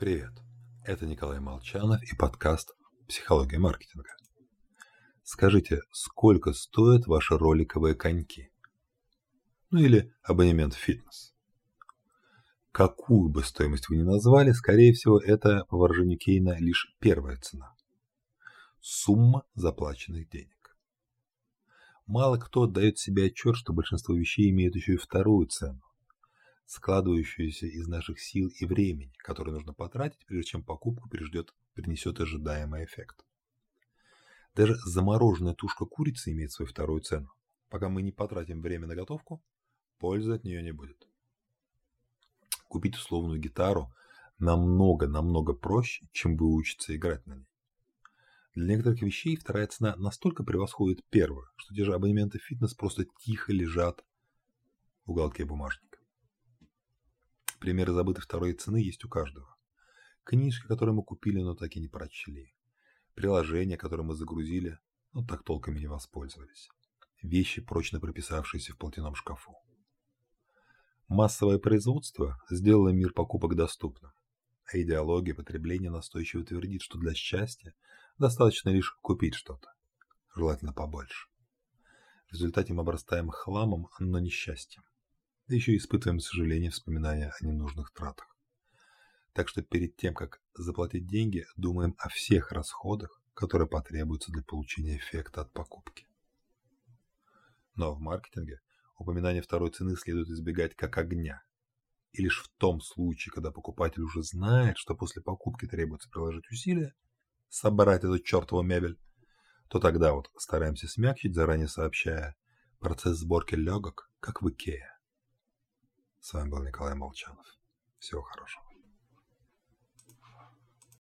Привет, это Николай Молчанов и подкаст «Психология маркетинга». Скажите, сколько стоят ваши роликовые коньки? Ну или абонемент в фитнес? Какую бы стоимость вы ни назвали, скорее всего, это, по выражению Кейна, лишь первая цена. Сумма заплаченных денег. Мало кто отдает себе отчет, что большинство вещей имеют еще и вторую цену, складывающуюся из наших сил и времени, которые нужно потратить, прежде чем покупку принесет ожидаемый эффект. Даже замороженная тушка курицы имеет свою вторую цену. Пока мы не потратим время на готовку, пользы от нее не будет. Купить условную гитару намного проще, чем выучиться играть на ней. Для некоторых вещей вторая цена настолько превосходит первую, что те же абонементы в фитнес просто тихо лежат в уголке бумажника. Примеры забытой второй цены есть у каждого. Книжки, которые мы купили, но так и не прочли. Приложения, которые мы загрузили, но так толком и не воспользовались. Вещи, прочно прописавшиеся в платяном шкафу. Массовое производство сделало мир покупок доступным, а идеология потребления настойчиво твердит, что для счастья достаточно лишь купить что-то, желательно побольше. В результате мы обрастаем хламом, но несчастьем. Да еще и испытываем сожаление, вспоминая о ненужных тратах. Так что перед тем, как заплатить деньги, думаем о всех расходах, которые потребуются для получения эффекта от покупки. Но в маркетинге упоминание второй цены следует избегать как огня. И лишь в том случае, когда покупатель уже знает, что после покупки требуется приложить усилия, собрать эту чертову мебель, то тогда вот стараемся смягчить, заранее сообщая: процесс сборки легок, как в Икее. С вами был Николай Молчанов. Всего хорошего.